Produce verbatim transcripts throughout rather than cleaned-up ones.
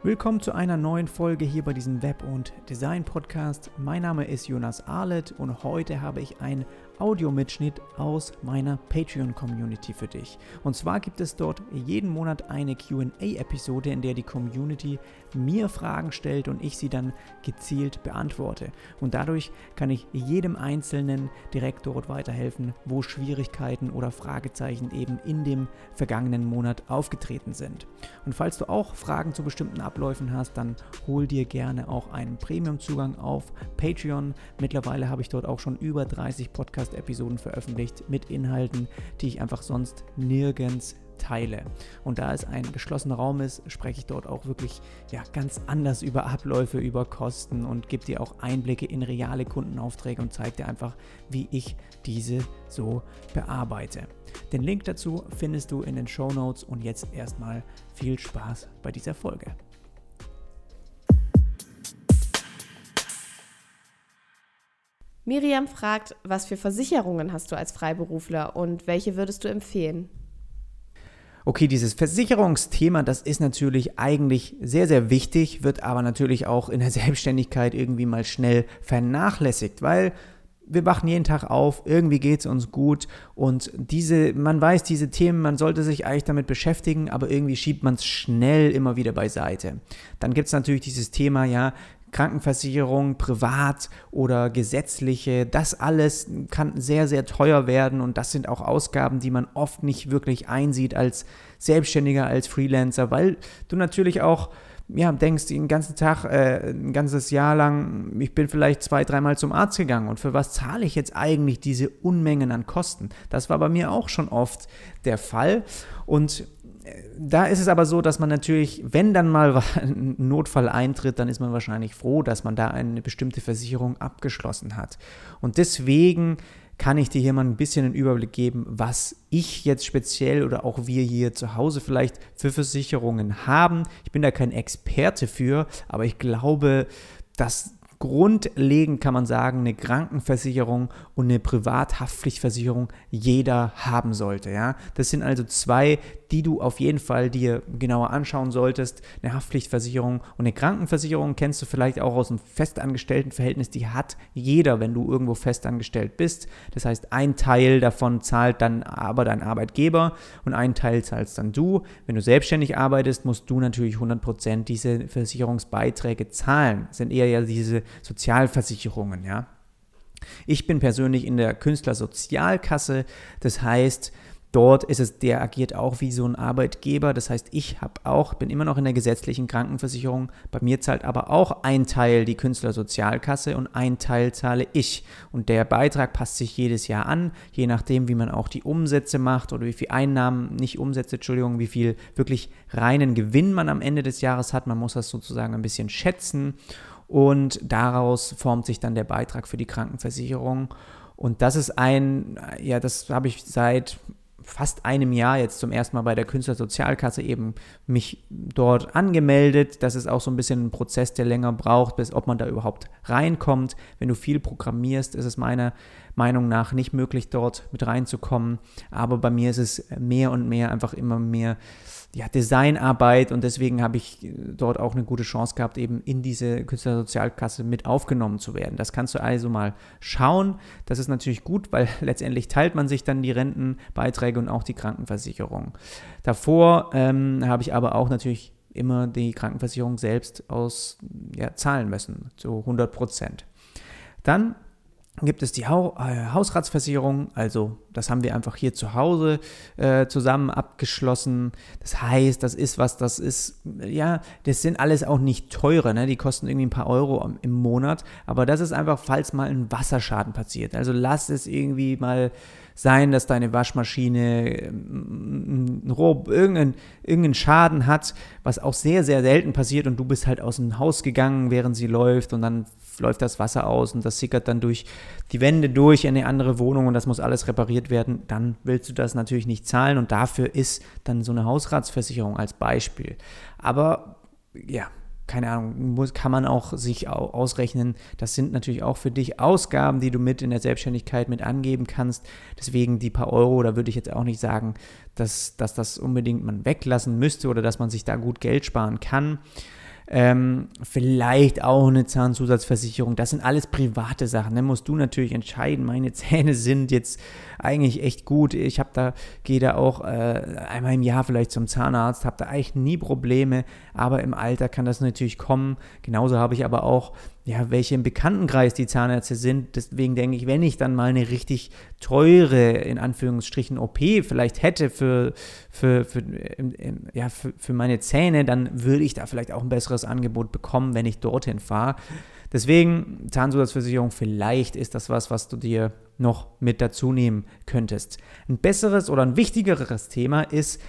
Willkommen zu einer neuen Folge hier bei diesem Web- und Design-Podcast. Mein Name ist Jonas Arlet und heute habe ich einen Audiomitschnitt aus meiner Patreon-Community für dich. Und zwar gibt es dort jeden Monat eine Q und A-Episode, in der die Community mir Fragen stellt und ich sie dann gezielt beantworte. Und dadurch kann ich jedem Einzelnen direkt dort weiterhelfen, wo Schwierigkeiten oder Fragezeichen eben in dem vergangenen Monat aufgetreten sind. Und falls du auch Fragen zu bestimmten Abläufen hast, dann hol dir gerne auch einen Premium-Zugang auf Patreon. Mittlerweile habe ich dort auch schon über dreißig Podcast-Episoden veröffentlicht mit Inhalten, die ich einfach sonst nirgends teile. Und da es ein geschlossener Raum ist, spreche ich dort auch wirklich ja, ganz anders über Abläufe, über Kosten und gebe dir auch Einblicke in reale Kundenaufträge und zeige dir einfach, wie ich diese so bearbeite. Den Link dazu findest du in den Shownotes und jetzt erstmal viel Spaß bei dieser Folge. Miriam fragt, was für Versicherungen hast du als Freiberufler und welche würdest du empfehlen? Okay, dieses Versicherungsthema, das ist natürlich eigentlich sehr, sehr wichtig, wird aber natürlich auch in der Selbstständigkeit irgendwie mal schnell vernachlässigt, weil wir wachen jeden Tag auf, irgendwie geht es uns gut und diese, man weiß diese Themen, man sollte sich eigentlich damit beschäftigen, aber irgendwie schiebt man es schnell immer wieder beiseite. Dann gibt es natürlich dieses Thema, ja, Krankenversicherung, privat oder gesetzliche, das alles kann sehr, sehr teuer werden und das sind auch Ausgaben, die man oft nicht wirklich einsieht als Selbstständiger, als Freelancer, weil du natürlich auch ja, denkst den ganzen Tag, äh, ein ganzes Jahr lang, ich bin vielleicht zwei, dreimal zum Arzt gegangen und für was zahle ich jetzt eigentlich diese Unmengen an Kosten? Das war bei mir auch schon oft der Fall und da ist es aber so, dass man natürlich, wenn dann mal ein Notfall eintritt, dann ist man wahrscheinlich froh, dass man da eine bestimmte Versicherung abgeschlossen hat. Und deswegen kann ich dir hier mal ein bisschen einen Überblick geben, was ich jetzt speziell oder auch wir hier zu Hause vielleicht für Versicherungen haben. Ich bin da kein Experte für, aber ich glaube, dass grundlegend kann man sagen, eine Krankenversicherung und eine Privathaftpflichtversicherung jeder haben sollte. Ja? Das sind also zwei, die du auf jeden Fall dir genauer anschauen solltest. Eine Haftpflichtversicherung und eine Krankenversicherung kennst du vielleicht auch aus einem Festangestelltenverhältnis. Die hat jeder, wenn du irgendwo festangestellt bist. Das heißt, ein Teil davon zahlt dann aber dein Arbeitgeber und ein Teil zahlst dann du. Wenn du selbstständig arbeitest, musst du natürlich hundert Prozent diese Versicherungsbeiträge zahlen. Das sind eher ja diese Sozialversicherungen, ja. Ich bin persönlich in der Künstlersozialkasse, das heißt, dort ist es, der agiert auch wie so ein Arbeitgeber, das heißt, ich habe auch, bin immer noch in der gesetzlichen Krankenversicherung, bei mir zahlt aber auch ein Teil die Künstlersozialkasse und ein Teil zahle ich und der Beitrag passt sich jedes Jahr an, je nachdem, wie man auch die Umsätze macht oder wie viel Einnahmen, nicht Umsätze, Entschuldigung, wie viel wirklich reinen Gewinn man am Ende des Jahres hat, man muss das sozusagen ein bisschen schätzen. Und daraus formt sich dann der Beitrag für die Krankenversicherung. Und das ist ein, ja, das habe ich seit fast einem Jahr jetzt zum ersten Mal bei der Künstlersozialkasse eben mich dort angemeldet. Das ist auch so ein bisschen ein Prozess, der länger braucht, bis ob man da überhaupt reinkommt. Wenn du viel programmierst, ist es meiner Meinung nach nicht möglich, dort mit reinzukommen. Aber bei mir ist es mehr und mehr einfach immer mehr ja, Designarbeit und deswegen habe ich dort auch eine gute Chance gehabt, eben in diese Künstlersozialkasse mit aufgenommen zu werden. Das kannst du also mal schauen. Das ist natürlich gut, weil letztendlich teilt man sich dann die Rentenbeiträge und auch die Krankenversicherung. Davor ähm, habe ich aber auch natürlich immer die Krankenversicherung selbst aus, ja, zahlen müssen, zu hundert Prozent. Dann gibt es die Hausratsversicherung, also das haben wir einfach hier zu Hause äh, zusammen abgeschlossen. Das heißt, das ist was, das ist, ja, das sind alles auch nicht teure, ne? Die kosten irgendwie ein paar Euro im Monat, aber das ist einfach, falls mal ein Wasserschaden passiert. Also lass es irgendwie mal sein, dass deine Waschmaschine ein Rohr, irgendeinen, irgendeinen Schaden hat, was auch sehr, sehr selten passiert und du bist halt aus dem Haus gegangen, während sie läuft und dann läuft das Wasser aus und das sickert dann durch die Wände durch in eine andere Wohnung und das muss alles repariert werden, dann willst du das natürlich nicht zahlen und dafür ist dann so eine Hausratsversicherung als Beispiel. Aber ja, keine Ahnung, muss, kann man auch sich ausrechnen, das sind natürlich auch für dich Ausgaben, die du mit in der Selbstständigkeit mit angeben kannst. Deswegen die paar Euro, da würde ich jetzt auch nicht sagen, dass, dass das unbedingt man weglassen müsste oder dass man sich da gut Geld sparen kann. Ähm, vielleicht auch eine Zahnzusatzversicherung. Das sind alles private Sachen. Da musst du natürlich entscheiden. Meine Zähne sind jetzt eigentlich echt gut. Ich habe da, gehe da auch äh, einmal im Jahr vielleicht zum Zahnarzt, habe da eigentlich nie Probleme. Aber im Alter kann das natürlich kommen. Genauso habe ich aber auch, ja, welche im Bekanntenkreis die Zahnärzte sind. Deswegen denke ich, wenn ich dann mal eine richtig teure, in Anführungsstrichen, O P vielleicht hätte für, für, für, ja, für, für meine Zähne, dann würde ich da vielleicht auch ein besseres Angebot bekommen, wenn ich dorthin fahre. Deswegen, Zahnzusatzversicherung, vielleicht ist das was, was du dir noch mit dazu nehmen könntest. Ein besseres oder ein wichtigeres Thema ist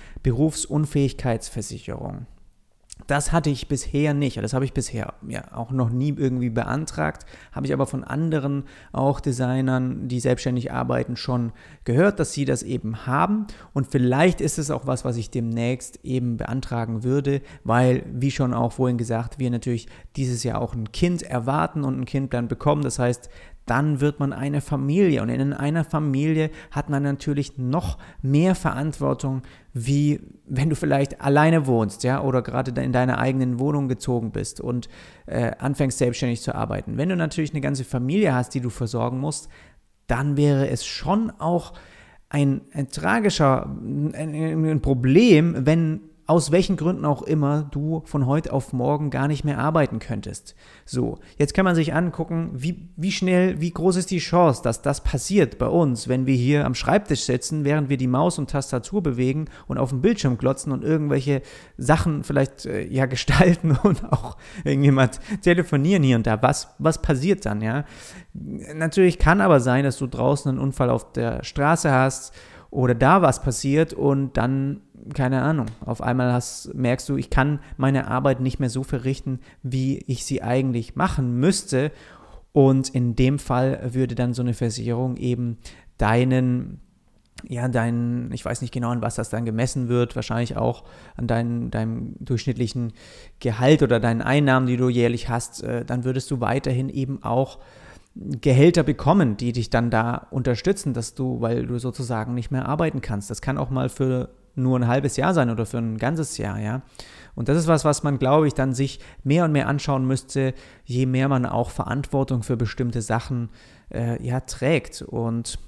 Berufsunfähigkeitsversicherung. Das hatte ich bisher nicht, das habe ich bisher ja auch noch nie irgendwie beantragt, habe ich aber von anderen auch Designern, die selbstständig arbeiten, schon gehört, dass sie das eben haben und vielleicht ist es auch was, was ich demnächst eben beantragen würde, weil, wie schon auch vorhin gesagt, wir natürlich dieses Jahr auch ein Kind erwarten und ein Kind dann bekommen, das heißt, dann wird man eine Familie und in einer Familie hat man natürlich noch mehr Verantwortung, wie wenn du vielleicht alleine wohnst, ja, oder gerade in deiner eigenen Wohnung gezogen bist und äh, anfängst selbstständig zu arbeiten. Wenn du natürlich eine ganze Familie hast, die du versorgen musst, dann wäre es schon auch ein, ein tragischer ein, ein Problem, wenn aus welchen Gründen auch immer du von heute auf morgen gar nicht mehr arbeiten könntest. So, jetzt kann man sich angucken, wie, wie schnell, wie groß ist die Chance, dass das passiert bei uns, wenn wir hier am Schreibtisch sitzen, während wir die Maus und Tastatur bewegen und auf dem Bildschirm glotzen und irgendwelche Sachen vielleicht äh, ja gestalten und auch irgendjemand telefonieren hier und da. Was, was passiert dann, ja? Natürlich kann aber sein, dass du draußen einen Unfall auf der Straße hast oder da was passiert und dann, keine Ahnung, auf einmal hast, merkst du, ich kann meine Arbeit nicht mehr so verrichten, wie ich sie eigentlich machen müsste und in dem Fall würde dann so eine Versicherung eben deinen, ja, deinen, ich weiß nicht genau, an was das dann gemessen wird, wahrscheinlich auch an dein, deinem durchschnittlichen Gehalt oder deinen Einnahmen, die du jährlich hast, äh, dann würdest du weiterhin eben auch Gehälter bekommen, die dich dann da unterstützen, dass du, weil du sozusagen nicht mehr arbeiten kannst. Das kann auch mal für nur ein halbes Jahr sein oder für ein ganzes Jahr, ja. Und das ist was, was man, glaube ich, dann sich mehr und mehr anschauen müsste, je mehr man auch Verantwortung für bestimmte Sachen äh, ja, trägt. Und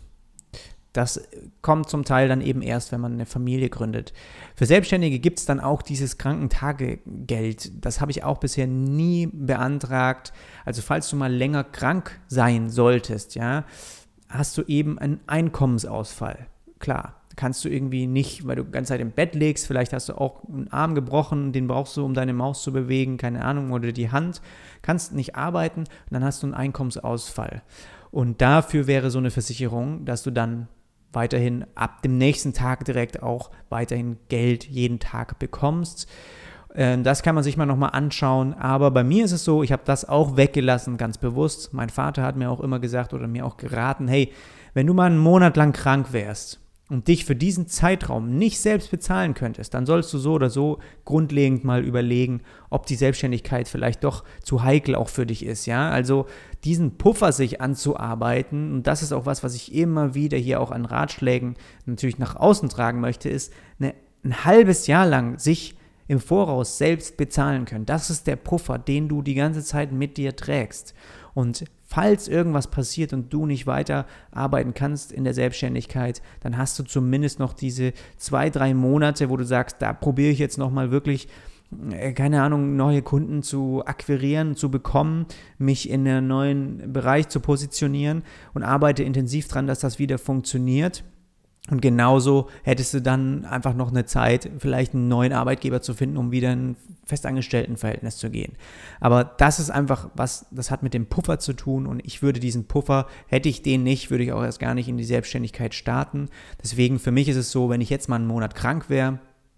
das kommt zum Teil dann eben erst, wenn man eine Familie gründet. Für Selbstständige gibt es dann auch dieses Krankentagegeld. Das habe ich auch bisher nie beantragt. Also falls du mal länger krank sein solltest, ja, hast du eben einen Einkommensausfall. Klar, kannst du irgendwie nicht, weil du die ganze Zeit im Bett liegst, vielleicht hast du auch einen Arm gebrochen, den brauchst du, um deine Maus zu bewegen, keine Ahnung, oder die Hand, kannst nicht arbeiten und dann hast du einen Einkommensausfall. Und dafür wäre so eine Versicherung, dass du dann weiterhin ab dem nächsten Tag direkt auch weiterhin Geld jeden Tag bekommst. Das kann man sich mal nochmal anschauen, aber bei mir ist es so, ich habe das auch weggelassen, ganz bewusst. Mein Vater hat mir auch immer gesagt oder mir auch geraten, hey, wenn du mal einen Monat lang krank wärst und dich für diesen Zeitraum nicht selbst bezahlen könntest, dann sollst du so oder so grundlegend mal überlegen, ob die Selbstständigkeit vielleicht doch zu heikel auch für dich ist, ja, also diesen Puffer sich anzuarbeiten, und das ist auch was, was ich immer wieder hier auch an Ratschlägen natürlich nach außen tragen möchte, ist eine, ein halbes Jahr lang sich im Voraus selbst bezahlen können. Das ist der Puffer, den du die ganze Zeit mit dir trägst. Und falls irgendwas passiert und du nicht weiter arbeiten kannst in der Selbstständigkeit, dann hast du zumindest noch diese zwei, drei Monate, wo du sagst, da probiere ich jetzt nochmal wirklich, äh, keine Ahnung, neue Kunden zu akquirieren, zu bekommen, mich in einen neuen Bereich zu positionieren und arbeite intensiv dran, dass das wieder funktioniert. Und genauso hättest du dann einfach noch eine Zeit, vielleicht einen neuen Arbeitgeber zu finden, um wieder in ein Festangestelltenverhältnis zu gehen. Aber das ist einfach was, das hat mit dem Puffer zu tun und ich würde diesen Puffer, hätte ich den nicht, würde ich auch erst gar nicht in die Selbstständigkeit starten. Deswegen für mich ist es so, wenn ich jetzt mal einen Monat krank wäre,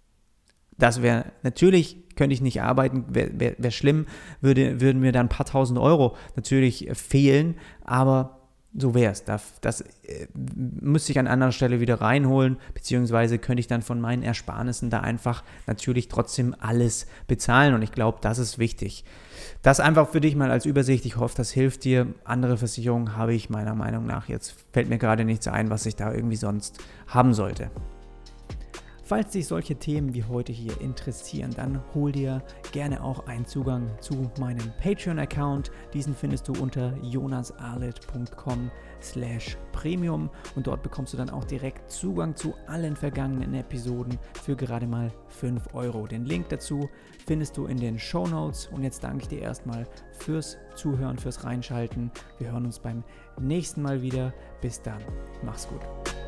das wäre, natürlich könnte ich nicht arbeiten, wäre wär, wär schlimm, würde, würden mir dann ein paar tausend Euro natürlich fehlen, aber so wäre es. Das, das äh, müsste ich an anderer Stelle wieder reinholen, beziehungsweise könnte ich dann von meinen Ersparnissen da einfach natürlich trotzdem alles bezahlen und ich glaube, das ist wichtig. Das einfach für dich mal als Übersicht. Ich hoffe, das hilft dir. Andere Versicherungen habe ich meiner Meinung nach, jetzt fällt mir gerade nichts ein, was ich da irgendwie sonst haben sollte. Falls dich solche Themen wie heute hier interessieren, dann hol dir gerne auch einen Zugang zu meinem Patreon-Account. Diesen findest du unter jonasarlet punkt com slash premium und dort bekommst du dann auch direkt Zugang zu allen vergangenen Episoden für gerade mal fünf Euro. Den Link dazu findest du in den Shownotes und jetzt danke ich dir erstmal fürs Zuhören, fürs Reinschalten. Wir hören uns beim nächsten Mal wieder. Bis dann. Mach's gut.